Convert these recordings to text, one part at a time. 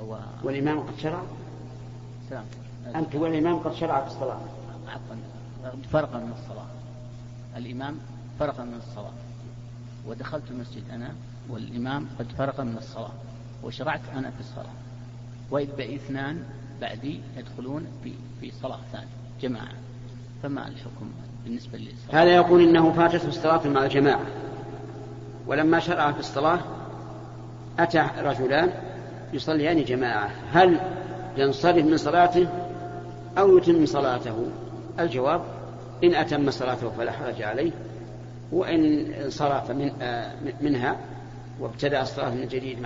والإمام قد شرع. سلام. أنت والإمام قد شرع في الصلاة. عفوا، فرقا من الصلاة. الإمام فرقا من الصلاة، ودخلت المسجد أنا والإمام قد فرق من الصلاة، وشرعت أنا في الصلاة، وإذ بقي اثنان بعدي يدخلون في صلاة ثانية جماعة، فما الحكم بالنسبة للصلاة؟ هذا يقول إنه فاتته الصلاة مع الجماعة، ولما شرع في الصلاة أتى رجلان يصليان جماعة، هل ينصرف من صلاته أو يتم صلاته؟ الجواب: إن أتم صلاته فلا حرج عليه، وإن انصرف منها وابتدأ الصلاة من جديد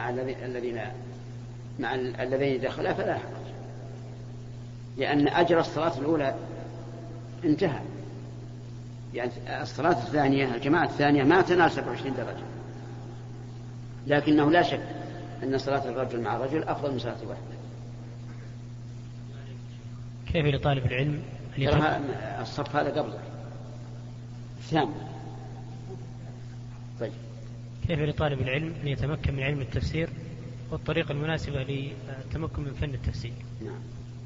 مع الذين دخلا فلا حرج، لأن أجر الصلاة الأولى انتهى. يعني الصلاة الثانية الجماعة الثانية ما تنال 27 درجة، لكنه لا شك أن صلاة الرجل مع الرجل أفضل من صلاة واحد. كيف لطالب العلم الصف هذا قبله ثاني. طيب، كيف لطالب العلم أن يتمكن من علم التفسير والطريقة المناسبة للتمكن من فن التفسير؟ نعم.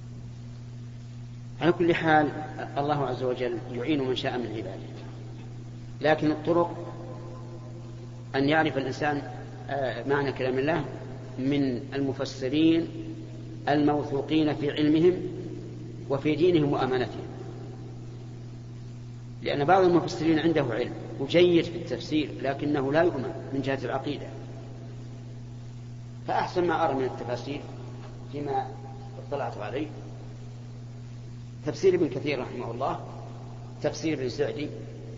على كل حال الله عز وجل يعين من شاء من عباده، لكن الطرق أن يعرف الإنسان معنى كلام الله من المفسرين الموثوقين في علمهم وفي دينهم وأمانتهم، لأن بعض المفسرين عنده علم وجيد في التفسير لكنه لا يؤمن من جهة العقيدة. فأحسن ما أرى من التفاسير فيما اطلعت عليه تفسير ابن كثير رحمه الله، تفسير ابن سعدي،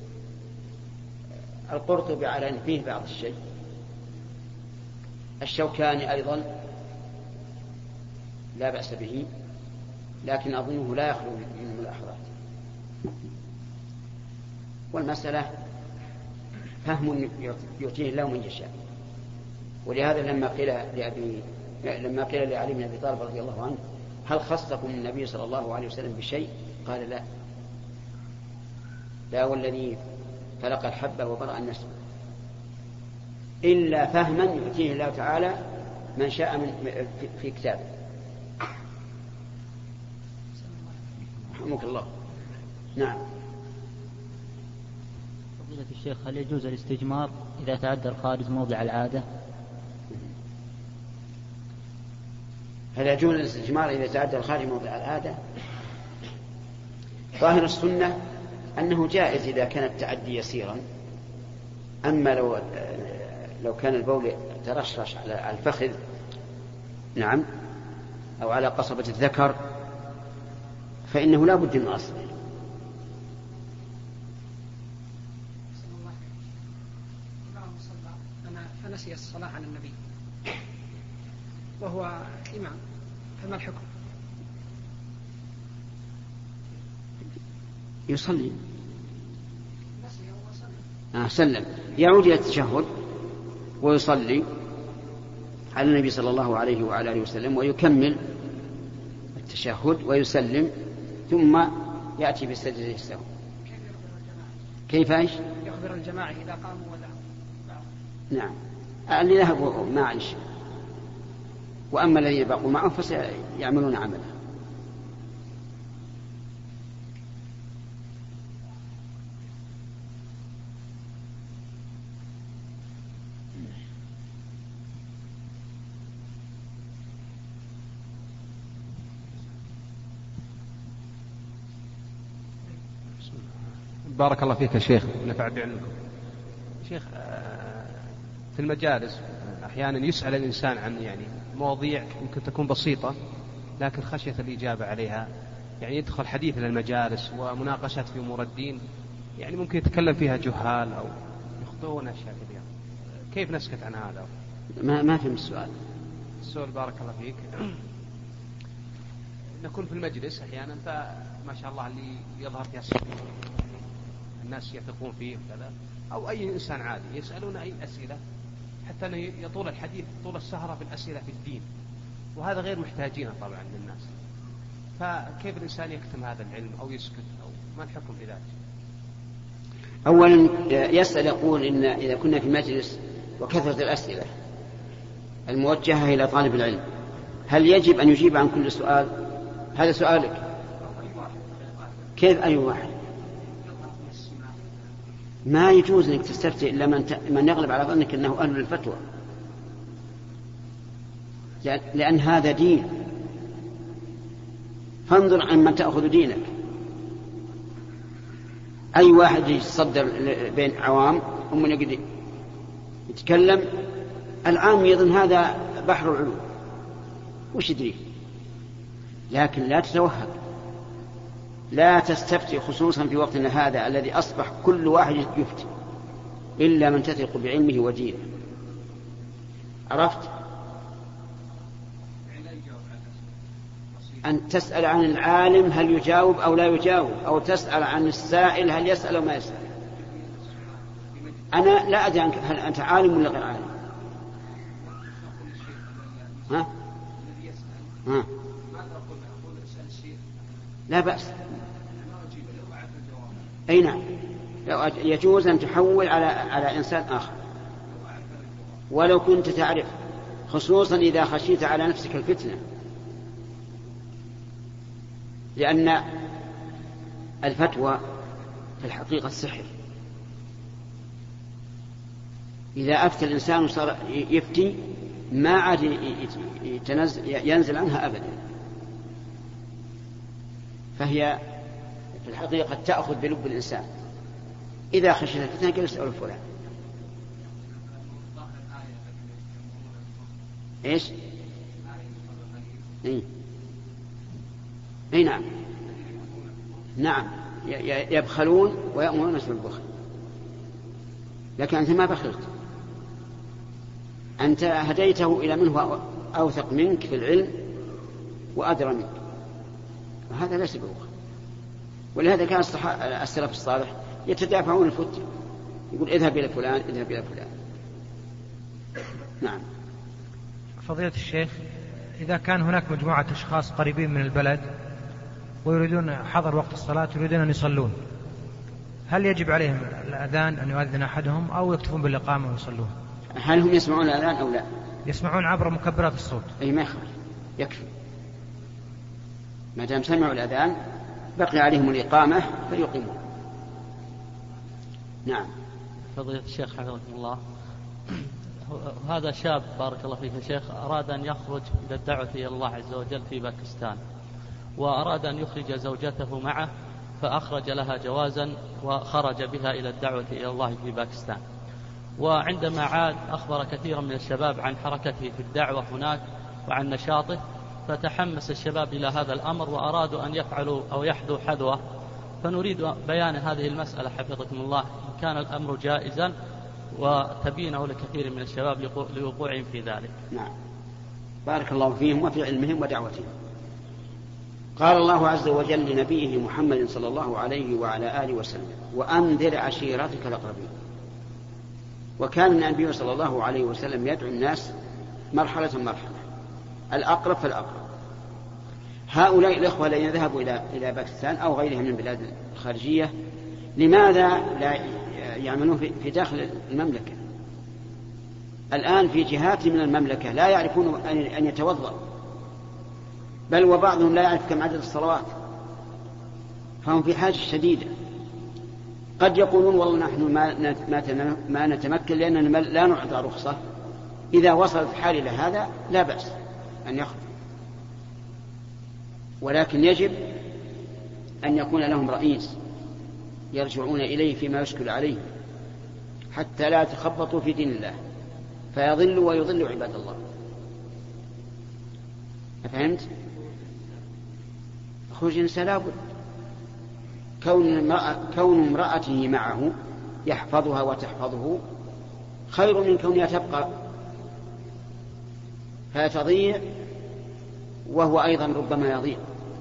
القرطبي على أن فيه بعض الشيء، الشوكاني أيضا لا بأس به، لكن أظنه لا يخلو من ملاحظات. والمسألة فهم يؤتيه الله من يشاء. ولهذا لما قيل لعلي بن أبي طالب رضي الله عنه: هل خصكم النبي صلى الله عليه وسلم بشيء؟ قال: لا والذي فلق الحبة وبرأ النسمة، إلا فهما يؤتيه الله تعالى من شاء في كتابه. رحمك الله. نعم. فضيلة الشيخ، هل يجوز الاستجمار إذا تعدى الخارج موضع العادة؟ هل يجوز الاستجمار إذا تعدى الخارج موضع العادة؟ ظاهر السنة أنه جائز إذا كان التعدي يسيرا، أما لو كان البول ترشرش على الفخذ، نعم، أو على قصبة الذكر، فإنه لا بد من أصله. فنسي الصلاة على النبي وهو إمام، فما الحكم؟ يصلي سلم، يعود إلى التشهد ويصلي على النبي صلى الله عليه وعلى آله وسلم، ويكمل التشهد ويسلم، ثم يأتي بالسجدة السهو. كيف ايش؟ يخبر الجماعة إذا قاموا ولا. نعم، اللي ذهبوا معا، وأما الذين بقوا معه فسيعملون عمله. بارك الله فيك يا شيخ ونفع بعلمكم. شيخ، في المجالس أحيانا يسأل الإنسان عن مواضيع يمكن تكون بسيطة، لكن خشية الإجابة عليها يدخل حديث إلى المجالس ومناقشات في أمور الدين، ممكن يتكلم فيها جهال أو يخطئون أشياء كثيرة. كيف نسكت عن هذا؟ ما فهم السؤال. السؤال بارك الله فيك، نكون في المجلس أحيانا فما شاء الله اللي يظهر في الناس يثقون فيه وكذا، أو أي إنسان عادي يسألون أي أسئلة، حتى أنه يطول الحديث طول السهرة في الأسئلة في الدين، وهذا غير محتاجينه طبعا للناس. فكيف الإنسان يكتم هذا العلم أو يسكت، أو ما الحكم في ذلك؟ أولا يسأل يقول إن إذا كنا في مجلس وكثرة الأسئلة الموجهة إلى طالب العلم هل يجب أن يجيب عن كل سؤال؟ هذا سؤالك. كيف أي واحد؟ ما يجوز أنك تستفتي إلا من يغلب على ظنك أنه أهل للفتوى، لأن هذا دين. فانظر عن من تأخذ دينك. أي واحد يتصدر بين عوام هم يقدر يتكلم، العام يظن هذا بحر العلوم وش يدريه. لكن لا تتوهق، لا تستفتي خصوصا في وقتنا هذا الذي أصبح كل واحد يفتي إلا من تثق بعلمه ودينه. عرفت؟ أن تسأل عن العالم هل يجاوب أو لا يجاوب، أو تسأل عن السائل هل يسأل أو ما يسأل. أنا لا أدري هل أنت عالم ولا غير عالم. ها؟ ها؟ لا بأس. أي نعم، يجوز أن تحول على إنسان آخر ولو كنت تعرف، خصوصا إذا خشيت على نفسك الفتنة، لأن الفتوى في الحقيقة السحر. إذا أفتى الإنسان وصار يفتي ما عاد ينزل عنها أبدا، فهي في الحقيقة تأخذ بلب الإنسان. إذا خشيت الفتنة قال اسأل فلان. إيش؟ أي نعم، نعم، يبخلون ويأمرون بالبخل. لكن أنت ما بخلت، أنت هديته إلى من هو أوثق منك في العلم وأدرى منك، وهذا ليس ببخل. ولهذا كان السلف الصالح يتدافعون الفتن، يقول اذهب إلى فلان اذهب إلى فلان. نعم. فضيلة الشيخ، إذا كان هناك مجموعة أشخاص قريبين من البلد ويريدون حضر وقت الصلاة يريدون أن يصلون، هل يجب عليهم الأذان أن يؤذن أحدهم أو يكتفون بالإقامة ويصلون؟ هل هم يسمعون الأذان أو لا؟ يسمعون عبر مكبرات الصوت. أي ما يخالف، يكفي ما دام سمعوا الأذان بقي عليهم الإقامة فيقيمون. نعم. فضيلة الشيخ حفظكم الله، هذا شاب بارك الله فيك يا شيخ أراد أن يخرج إلى الدعوة إلى الله عز وجل في باكستان، وأراد أن يخرج زوجته معه، فأخرج لها جوازا وخرج بها إلى الدعوة إلى الله في باكستان. وعندما عاد أخبر كثيرا من الشباب عن حركته في الدعوة هناك وعن نشاطه، فتحمس الشباب إلى هذا الأمر وأرادوا أن يفعلوا أو يحذوا حذوه. فنريد بيان هذه المسألة حفظكم الله إن كان الأمر جائزا وتبينه لكثير من الشباب لوقوعهم في ذلك. نعم، بارك الله فيهم وفي علمهم ودعوتهم. قال الله عز وجل لنبيه محمد صلى الله عليه وعلى آله وسلم: وأنذر عشيرتك الأقربين. وكان النبي صلى الله عليه وسلم يدعو الناس مرحلة مرحلة، الأقرب فالأقرب. هؤلاء الإخوة الذين يذهبوا إلى باكستان أو غيرها من البلاد الخارجية لماذا لا يعملون في داخل المملكة؟ الآن في جهات من المملكة لا يعرفون أن يتوضأ، بل وبعضهم لا يعرف كم عدد الصلوات، فهم في حاجة شديدة. قد يقولون والله نحن ما نتمكن لأننا لا نعطى رخصة. إذا وصلت الحال إلى هذا لا بأس أن يخرج، ولكن يجب أن يكون لهم رئيس يرجعون إليه فيما يشكل عليه، حتى لا يتخبطوا في دين الله فيضلوا ويضلوا عباد الله. أفهمت؟ خروج الإنسان لابد. كون امرأته معه يحفظها وتحفظه خير من كونها تبقى فتضيع وهو أيضا ربما يضيع.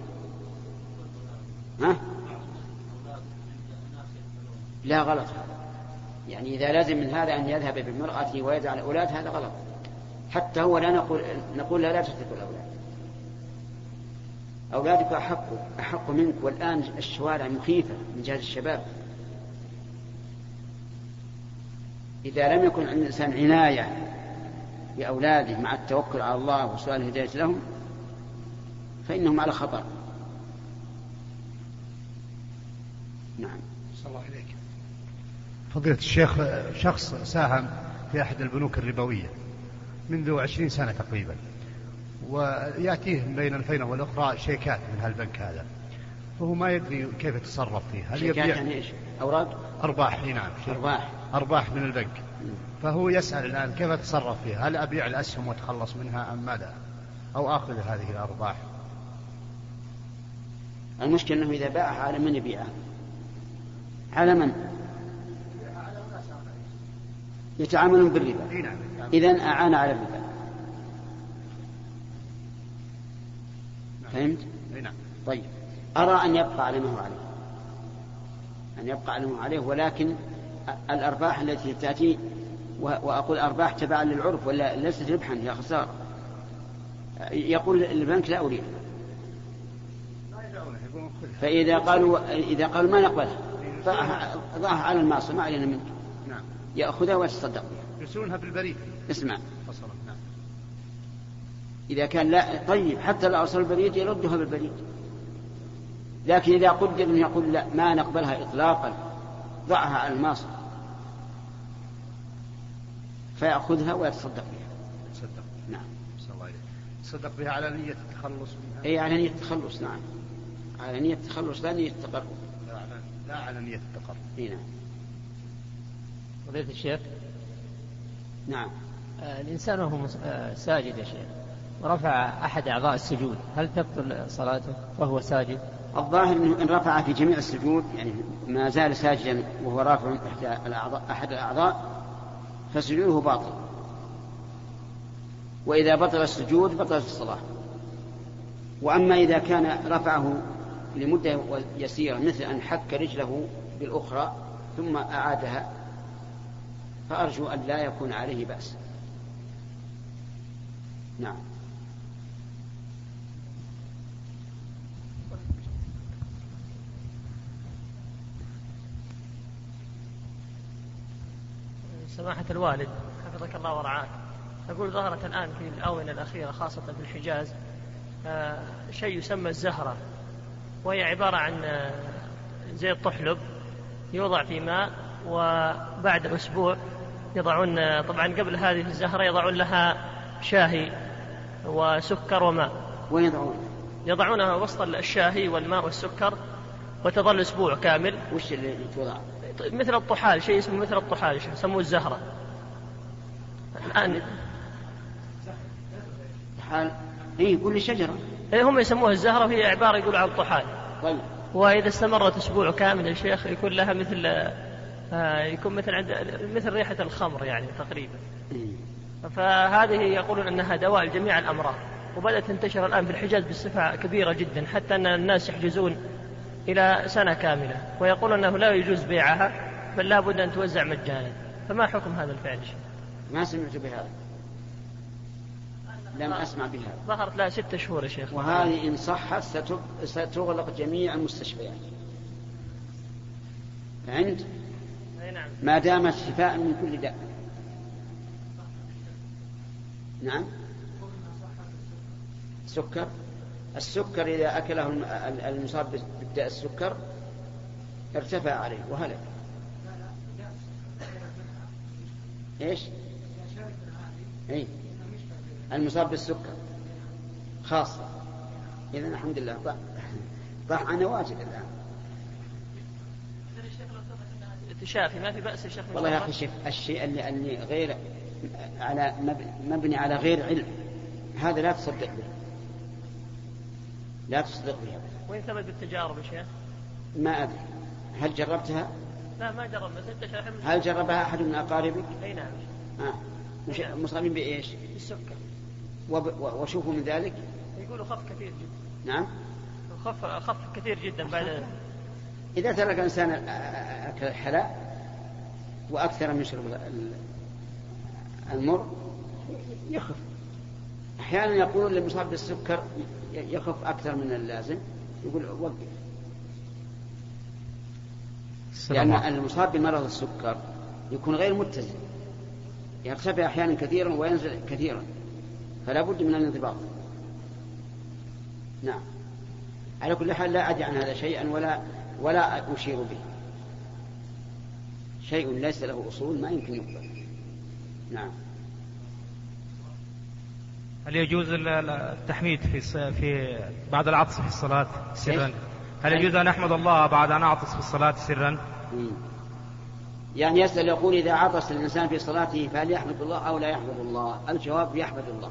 ها؟ لا، غلط. يعني إذا لازم من هذا أن يذهب بامرأته ويدع الأولاد هذا غلط. حتى هو لا نقول لا تترك الأولاد، أولادك أحق منك. والآن الشوارع مخيفة من جهة الشباب. إذا لم يكن عند الإنسان عناية بأولاده مع التوكل على الله وسؤال الهداية لهم فإنهم على خطر. نعم. صلى الله عليك. فضيلة الشيخ، شخص ساهم في أحد البنوك الربوية منذ 20 سنة تقريبا، ويأتيه بين الفينة والأخرى شيكات من هالبنك هذا، فهو ما يدري كيف يتصرف فيه. هل شيكات يعني إيش؟ أوراق؟ أرباح. نعم، أرباح من البنك. فهو يسأل الآن كيف أتصرف فيه، هل أبيع الأسهم وأتخلص منها أم ماذا، أو آخذ هذه الأرباح؟ المشكلة أنه إذا باعها على من يبيعها؟ على من؟ يتعاملون بالربا. إذن أعان على الربا. فهمت؟ طيب، أرى أن يبقى على ما هو عليه، ولكن الأرباح التي تأتي، وأقول أرباح تبعا للعرف ولا ليست ربحا، هي خسارة. يقول البنك لا أريد، فإذا قالوا ما نقبلها ضعها على المعصية ما علينا منك، يأخذها ويتصدق بها. يرسلونها بالبريد. اسمع، إذا كان لا طيب، حتى لو أرسل البريد يردها بالبريد، لكن إذا قدر أن يقول لا ما نقبلها إطلاقا، ضعها على المعصية، فيأخذها ويتصدق بها. نعم. تصدق بها على نية التخلص منها. أي على نية التخلص. نعم، على نية التخلص لا نية التقرب. لا على نية التقرب. نعم. فضيلة الشيخ. نعم. الإنسان وهو ساجد يا شيخ ورفع أحد أعضاء السجود، هل تبطل صلاته وهو ساجد؟ الظاهر أنه إن رفع في جميع السجود، يعني ما زال ساجدا وهو رافع أحد الأعضاء، فسجوده باطل. وإذا بطل السجود بطلت الصلاة. وأما إذا كان رفعه لمدة يسيرة، مثل أن حك رجله بالأخرى ثم أعادها، فأرجو أن لا يكون عليه بأس. نعم. سماحة الوالد حفظك الله ورعاك، أقول ظهرت الآن في الآونة الأخيرة خاصة في الحجاز شيء يسمى الزهرة، وهي عبارة عن زي الطحلب يوضع في ماء، وبعد أسبوع يضعون، طبعا قبل هذه الزهرة يضعون لها شاهي وسكر وماء. وين يضعونها وسط الشاهي والماء والسكر، وتظل أسبوع كامل. وش اللي يتوضع؟ مثل الطحال، شيء اسمه مثل الطحال يسموه الزهرة الآن. طحال؟ إيه، يقول لي شجرة. إيه، هم يسموها الزهرة، وهي عبارة يقولوا عن الطحال. طيب. وإذا استمرت أسبوع كامل يا شيخ يكون لها مثل يكون مثل ريحة الخمر يعني تقريبا. فهذه يقولون أنها دواء لجميع الأمراض، وبدأت تنتشر الآن في الحجاز بصفة كبيرة جدا، حتى أن الناس يحجزون إلى سنة كاملة، ويقولون أنه لا يجوز بيعها بل لا بد أن توزع مجانا. فما حكم هذا الفعل؟ ما سمعت بهذا، لم أسمع بهذا. ظهرت لها 6 شهور يا شيخ. وهذه إن صحت ستغلق جميع المستشفيات عند ما دامت شفاء من كل داء. نعم. السكر إذا أكله المصاب بالداء السكر ارتفع عليه وهلك. إيش؟ إيه؟ المصاب بالسكر خاصة. إذن الحمد لله ضع عنا واجب الآن. تشافي ما في بأس يا شيخ. والله يا أخي شوف، الشيء اللي غير على مبني على غير علم هذا لا تصدق به، لا تصدق به. وين ثبت بالتجارب يا شيخ؟ ما أدري. هل جربتها؟ لا ما جربت. هل جربها أحد من أقاربك؟ أي نعم. مصابين بإيش؟ بالسكر. وشوفوا من ذلك يقولوا خف كثير جدا. نعم. خف كثير جدا بعد. إذا ترك الإنسان أكل الحلاء وأكثر من شرب المر يخف. أحيانا يقولون للمصاب بالسكر يخف أكثر من اللازم، يقول وقف، لأن المصاب بمرض السكر يكون غير متزن، يرتفع أحيانا كثيرا وينزل كثيرا، فلا بد من الانضباط. نعم. على كل حال لا أدري عن هذا شيئا ولا أشير به. شيء ليس له أصول ما يمكن يقبل. نعم. هل يجوز التحميد في بعد العطس في الصلاة سرا؟ هل يجوز أن أحمد الله بعد أن أعطس في الصلاة سرا؟ يعني يسأل يقول إذا عطس الإنسان في صلاته فهل يحمد الله أو لا يحمد الله؟ الجواب يحمد الله،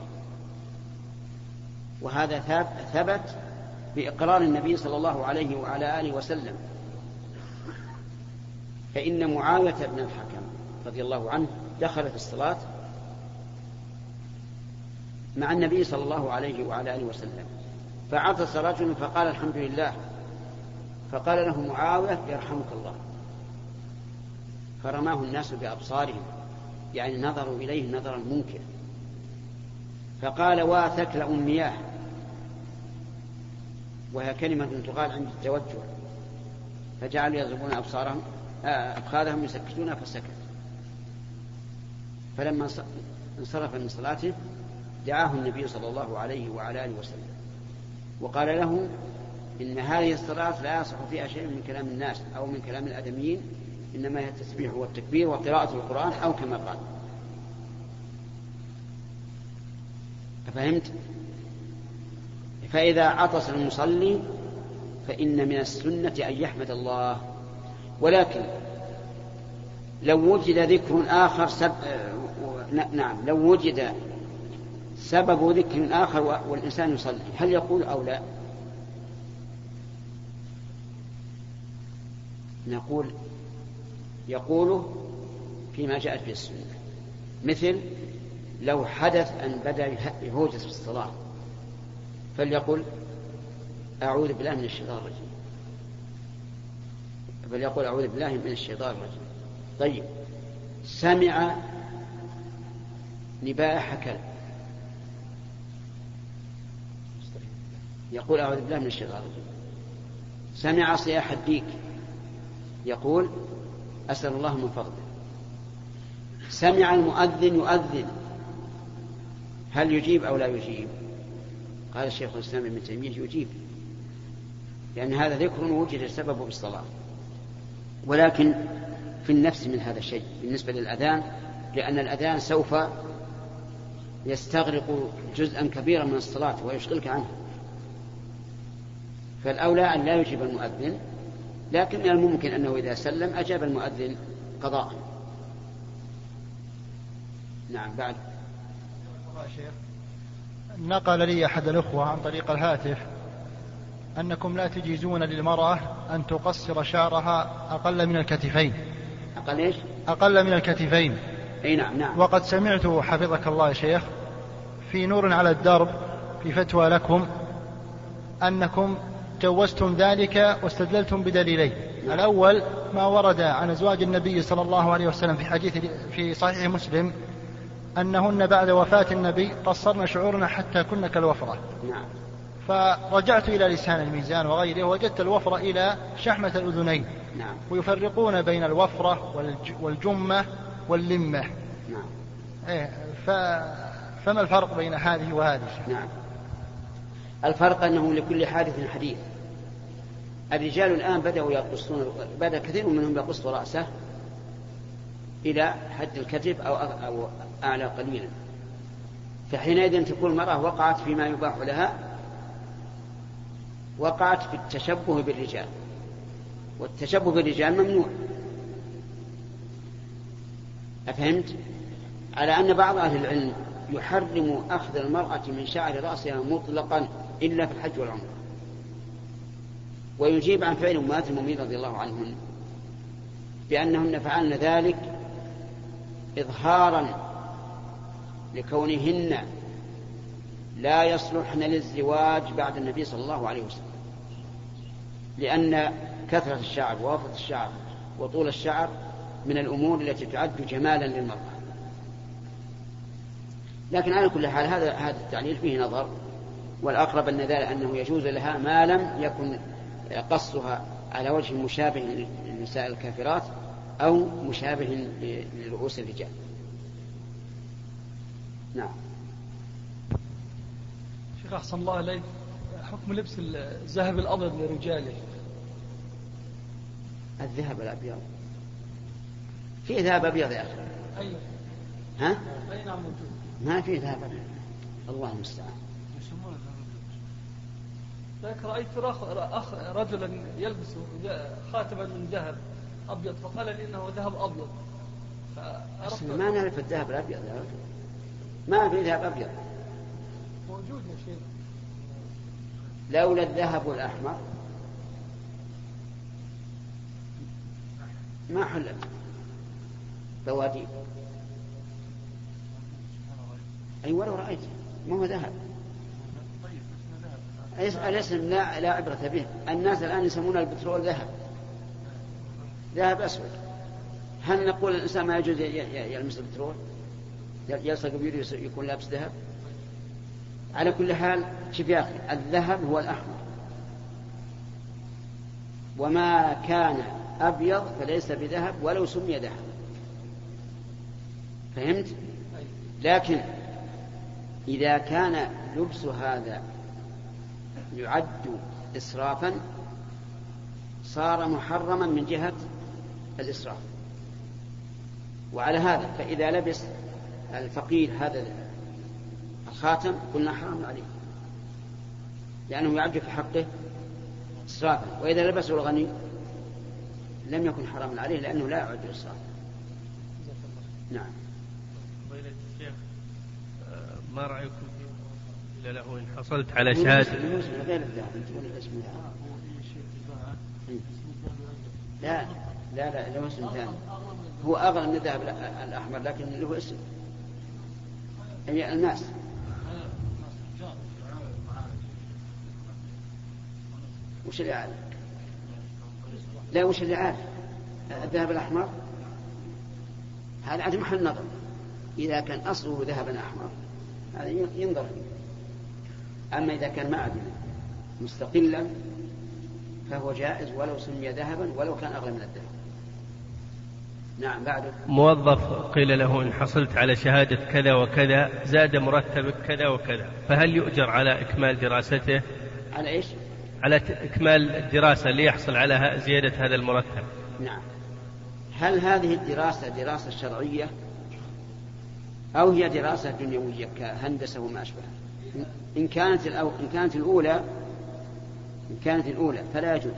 وهذا ثبت بإقرار النبي صلى الله عليه وعلى آله وسلم. فإن معاوية بن الحكم رضي الله عنه دخل في الصلاة مع النبي صلى الله عليه وعلى آله وسلم، فعطس رجل فقال الحمد لله، فقال له معاوية يرحمك الله، فرماه الناس بأبصارهم، يعني نظروا إليه نظرا منكر، فقال واثكل مياه، وهي كلمة تقال عند التوجه، فجعلوا يضربون أفخاذهم يسكتون فسكت. فلما انصرف من صلاته دعاه النبي صلى الله عليه وعلى آله وسلم وقال له إن هذه الصلاة لا يصح فيها شيء من كلام الناس أو من كلام الآدميين، إنما هي التسبيح والتكبير وقراءة القرآن أو كما قال. فهمت؟ فإذا عطس المصلي فإن من السنة أن يحمد الله، ولكن لو وجد ذكر آخر لو وجد سبب ذكر آخر والإنسان يصلي هل يقول أو لا؟ نقول يقوله فيما جاءت به السنة، مثل لو حدث أن بدأ يهوجس في الصلاة فليقل أعوذ بالله من الشيطان الرجيم، فليقول أعوذ بالله من الشيطان الرجيم. طيب، سمع نباح كلب يقول أعوذ بالله من الشيطان الرجيم. سمع صياح الديك يقول أسأل الله من فضله. سمع المؤذن يؤذن هل يجيب أو لا يجيب؟ قال الشيخ الإسلام ابن تيمية يجيب، لأن هذا ذكر وجد سببه بالصلاة، ولكن في النفس من هذا الشيء بالنسبة للأذان، لأن الأذان سوف يستغرق جزءا كبيرا من الصلاة ويشغلك عنه، فالأولى أن لا يجيب المؤذن، لكن من الممكن أنه إذا سلم أجاب المؤذن قضاء. نعم. بعد نقل لي أحد الأخوة عن طريق الهاتف أنكم لا تجيزون للمرأة أن تقصر شعرها أقل من الكتفين. أقل إيش؟ أقل من الكتفين. أي نعم. نعم. وقد سمعت حفظك الله يا شيخ في نور على الدرب في فتوى لكم أنكم جوزتم ذلك واستدللتم بدليلين. الأول ما ورد عن أزواج النبي صلى الله عليه وسلم في حديث في صحيح مسلم أنهن بعد وفاة النبي قصرن شعورنا حتى كن كالوفرة. نعم. فرجعت إلى لسان الميزان وغيره وجدت الوفرة إلى شحمة الأذنين. نعم. ويفرقون بين الوفرة والجمة واللمة. نعم. فما الفرق بين هذه وهذه؟ نعم. الفرق أنه لكل حادث حديث. الرجال الآن بدأ كثير منهم يقص رأسه إلى حد الكتف أو أعلى قليلا، فحينئذ تكون المرأة وقعت فيما يباح لها، وقعت في التشبه بالرجال، والتشبه بالرجال ممنوع. أفهمت؟ على أن بعض أهل العلم يحرم أخذ المرأة من شعر رأسها مطلقا إلا في الحج والعمرة، ويجيب عن فعل أمهات المؤمنين رضي الله عنهن بأنهن فعلن ذلك إظهارا لكونهن لا يصلحن للزواج بعد النبي صلى الله عليه وسلم، لأن كثرة الشعر ووفرة الشعر وطول الشعر من الأمور التي تعد جمالا للمرأة. لكن على كل حال هذا التعليل فيه نظر، والأقرب أنه يجوز لها ما لم يكن قصها على وجه مشابه للنساء الكافرات أو مشابه لرؤوس الرجال. نعم. شيخ أحسن الله إليك، حكم لبس الذهب الأبيض للرجال؟ الذهب الأبيض في ذهب أبيض يا أخي. أيوة. ها؟ أي نعم موجود. ما في ذهب أبيض، الله المستعان. لكن رأيت رجلا يلبس خاتما من ذهب أبيض فقال لي إنه ذهب أبيض. ما نعرف الذهب الأبيض يا رجل، ما في ذهب أبيض موجود يا شيخ. لولا الذهب الأحمر ما حلت بواديق. أي ولو رأيت ما هو ذهب. الاسم لا عبرة به. الناس الآن يسمون البترول ذهب أسود. هل نقول الإنسان ما يجوز يلمس البترول يلصق بيده يكون لابس ذهب؟ على كل حال شوف يا أخي، الذهب هو الأحمر، وما كان أبيض فليس بذهب ولو سمي ذهب. فهمت؟ لكن إذا كان لبس هذا يعد إسرافا صار محرما من جهة الإسراف. وعلى هذا فإذا لبس الفقير هذا الخاتم قلنا حرام عليه لأنه يعد في حقه إسرافا، وإذا لبسه الغني لم يكن حراما عليه لأنه لا يعد إسرافا. نعم. فضيلة الشيخ، ما رأيكم إلا له إن حصلت على شهادة؟ لا له اسم ثاني، هو أغلى من الذهب الأحمر لكن له اسم أي الناس. وش اللي عارف؟ لا وش اللي عارف؟ الذهب الأحمر هذا عاد محل نظر. إذا كان أصله ذهبا أحمر هذا ينظر فيه. أما إذا كان معدنا مستقلا فهو جائز ولو سمي ذهبا ولو كان أغلى من الذهب. نعم. بعده موظف قيل له إن حصلت على شهادة كذا وكذا زاد مرتبك كذا وكذا، فهل يؤجر على إكمال دراسته؟ على إيش؟ على إكمال الدراسة ليحصل على زيادة هذا المرتب. نعم. هل هذه الدراسة دراسة شرعية أو هي دراسة دنيوية كهندسة وما أشبه؟ إن كانت الأولى فلا يجوز،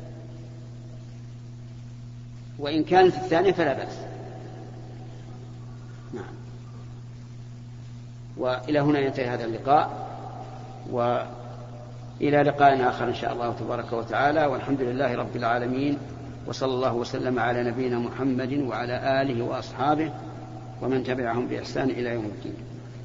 وإن كانت الثانية فلا بأس. نعم. وإلى هنا ينتهي هذا اللقاء، وإلى لقاء آخر إن شاء الله تبارك وتعالى، والحمد لله رب العالمين، وصلى الله وسلم على نبينا محمد وعلى آله وأصحابه ومن تبعهم بإحسان إلى يوم الدين.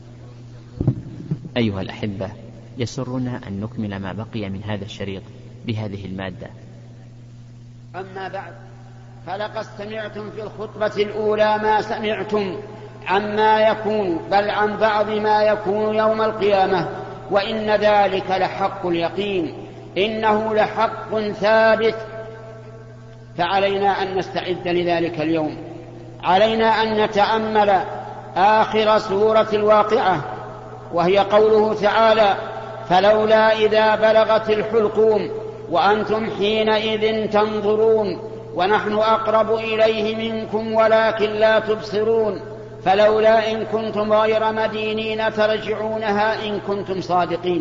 أيها الأحبة، يسرنا أن نكمل ما بقي من هذا الشريط بهذه المادة. أما بعد، فلقد سمعتم في الخطبة الأولى ما سمعتم عما يكون، بل عن بعض ما يكون يوم القيامة، وإن ذلك لحق اليقين، إنه لحق ثابت، فعلينا أن نستعد لذلك اليوم. علينا أن نتأمل آخر سورة الواقعة، وهي قوله تعالى: فلولا إذا بلغت الحلقوم وأنتم حينئذ تنظرون ونحن أقرب إليه منكم ولكن لا تبصرون، فلولا إن كنتم غير مدينين ترجعونها إن كنتم صادقين.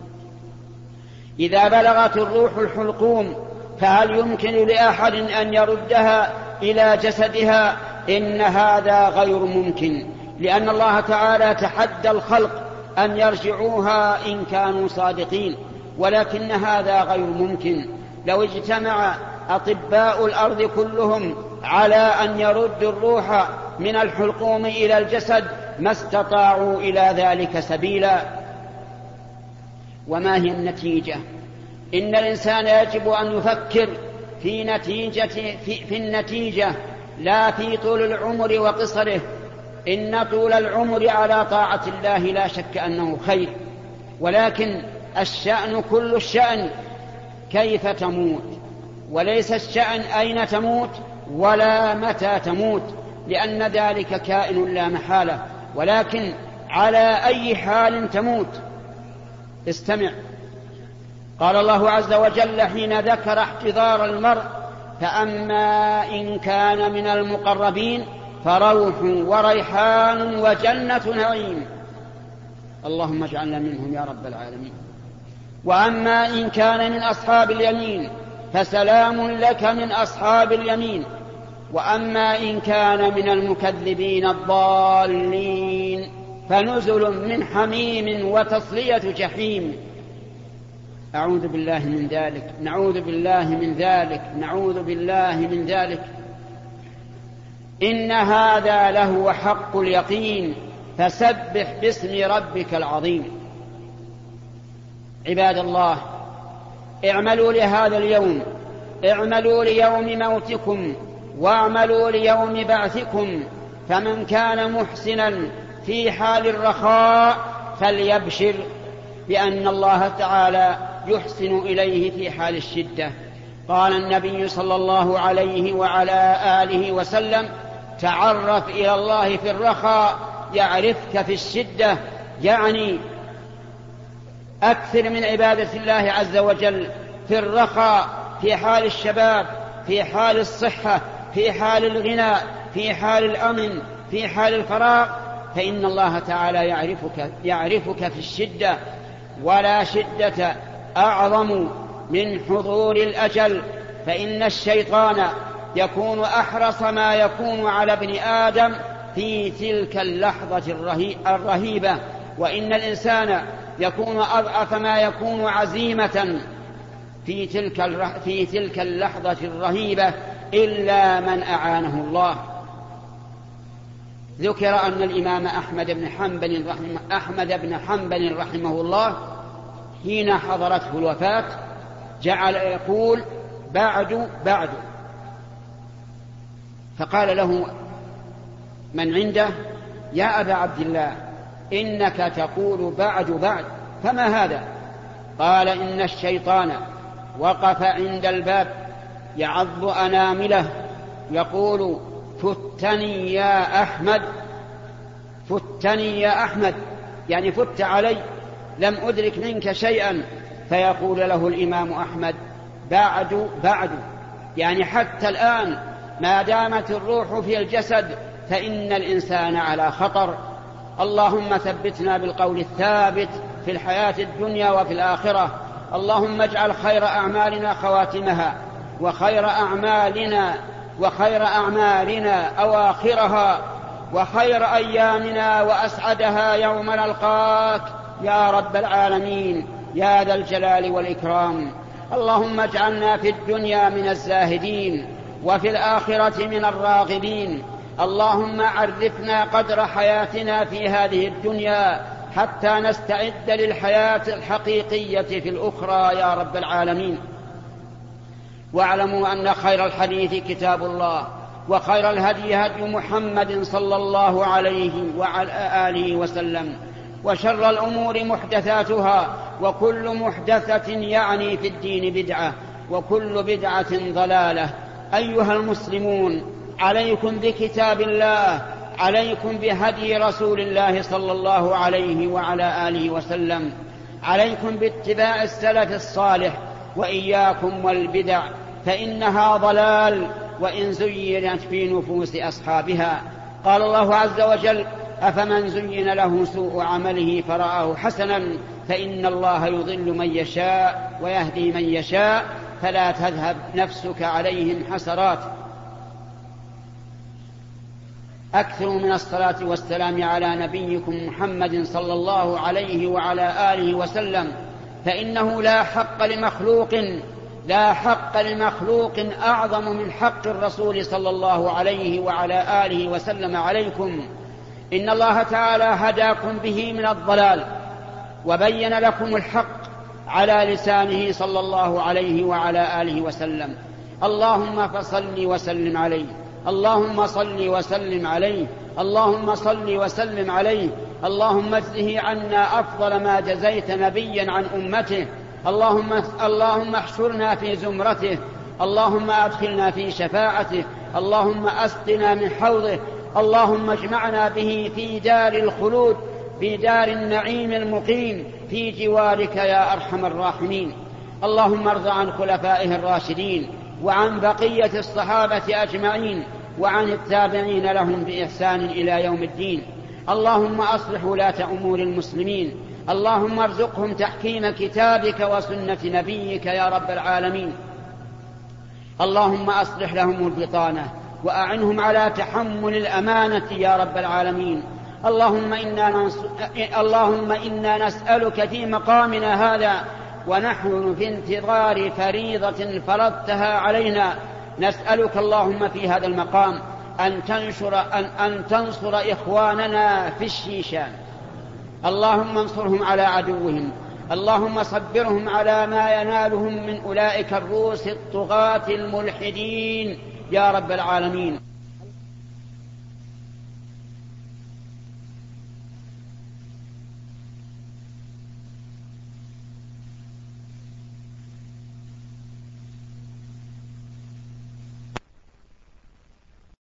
إذا بلغت الروح الحلقوم فهل يمكن لأحد أن يردها إلى جسدها؟ إن هذا غير ممكن، لأن الله تعالى تحدى الخلق أن يرجعوها إن كانوا صادقين، ولكن هذا غير ممكن. لو اجتمع أطباء الأرض كلهم على أن يردوا الروح من الحلقوم إلى الجسد ما استطاعوا إلى ذلك سبيلا. وما هي النتيجة؟ إن الإنسان يجب أن يفكر في النتيجة لا في طول العمر وقصره. إن طول العمر على طاعة الله لا شك أنه خير، ولكن الشأن كل الشأن كيف تموت، وليس الشأن أين تموت ولا متى تموت، لأن ذلك كائن لا محالة، ولكن على أي حال تموت. استمع: قال الله عز وجل حين ذكر احتضار المرء: فأما إن كان من المقربين فروح وريحان وجنة نعيم. اللهم اجعلنا منهم يا رب العالمين. وأما إن كان من أصحاب اليمين فسلام لك من أصحاب اليمين. وأما إن كان من المكذبين الضالين فنزل من حميم وتصلية جحيم. أعوذ بالله من ذلك، نعوذ بالله من ذلك، نعوذ بالله من ذلك. إن هذا لهو حق اليقين، فسبح باسم ربك العظيم. عباد الله، اعملوا لهذا اليوم، اعملوا ليوم موتكم، واعملوا ليوم بعثكم. فمن كان محسنا في حال الرخاء فليبشر بأن الله تعالى يحسن إليه في حال الشدة. قال النبي صلى الله عليه وعلى آله وسلم: تعرف إلى الله في الرخاء يعرفك في الشدة. يعني أكثر من عبادة الله عز وجل في الرخاء، في حال الشباب، في حال الصحة، في حال الغنى، في حال الأمن، في حال الفراغ، فإن الله تعالى يعرفك في الشدة. ولا شدة أعظم من حضور الأجل، فإن الشيطان يكون أحرص ما يكون على ابن آدم في تلك اللحظة الرهيبة، وإن الإنسان يكون أضعف ما يكون عزيمة في تلك اللحظة الرهيبة إلا من أعانه الله. ذكر أن الإمام أحمد بن حنبل رحمه الله حين حضرته الوفاة جعل يقول: بعد بعد. فقال له من عنده: يا أبا عبد الله، إنك تقول بعد بعد، فما هذا؟ قال: إن الشيطان وقف عند الباب يعض أنامله يقول: فتني يا أحمد، فتني يا أحمد، يعني فت علي، لم أدرك منك شيئا. فيقول له الإمام أحمد: بعد بعد، يعني حتى الآن ما دامت الروح في الجسد فإن الإنسان على خطر. اللهم ثبتنا بالقول الثابت في الحياة الدنيا وفي الآخرة. اللهم اجعل خير أعمالنا خواتمها، وخير أعمالنا أواخرها، وخير أيامنا وأسعدها يوم نلقاك يا رب العالمين يا ذا الجلال والإكرام. اللهم اجعلنا في الدنيا من الزاهدين وفي الآخرة من الراغبين. اللهم عرفنا قدر حياتنا في هذه الدنيا حتى نستعد للحياة الحقيقية في الأخرى يا رب العالمين. واعلموا أن خير الحديث كتاب الله، وخير الهدي هدي محمد صلى الله عليه وعلى آله وسلم، وشر الأمور محدثاتها، وكل محدثة يعني في الدين بدعة، وكل بدعة ضلالة. أيها المسلمون، عليكم بكتاب الله، عليكم بهدي رسول الله صلى الله عليه وعلى آله وسلم، عليكم باتباع السلف الصالح، وإياكم والبدع فإنها ضلال وإن زينت في نفوس أصحابها. قال الله عز وجل: أفمن زين له سوء عمله فرآه حسنا فإن الله يضل من يشاء ويهدي من يشاء فلا تذهب نفسك عليهم حسرات. أكثروا من الصلاة والسلام على نبيكم محمد صلى الله عليه وعلى آله وسلم، فإنه لا حق لمخلوق أعظم من حق الرسول صلى الله عليه وعلى آله وسلم عليكم. إن الله تعالى هداكم به من الضلال وبين لكم الحق على لسانه صلى الله عليه وعلى آله وسلم. اللهم فصل وسلم عليه، اللهم صل وسلم عليه، اللهم صل وسلم عليه. اللهم اجزه عنا أفضل ما جزيت نبيا عن أمته. اللهم احشرنا في زمرته، اللهم أدخلنا في شفاعته، اللهم أسقنا من حوضه، اللهم اجمعنا به في دار الخلود، في دار النعيم المقيم، في جوارك يا أرحم الراحمين. اللهم ارض عن خلفائه الراشدين وعن بقية الصحابة أجمعين وعن التابعين لهم بإحسان إلى يوم الدين. اللهم أصلح ولاة أمور المسلمين، اللهم ارزقهم تحكيم كتابك وسنة نبيك يا رب العالمين. اللهم أصلح لهم البطانة وأعنهم على تحمل الأمانة يا رب العالمين. اللهم إنا نسألك في مقامنا هذا ونحن في انتظار فريضة فرضتها علينا، نسألك اللهم في هذا المقام أن تنصر إخواننا في الشيشان، اللهم انصرهم على عدوهم، اللهم صبرهم على ما ينالهم من أولئك الروس الطغاة الملحدين يا رب العالمين.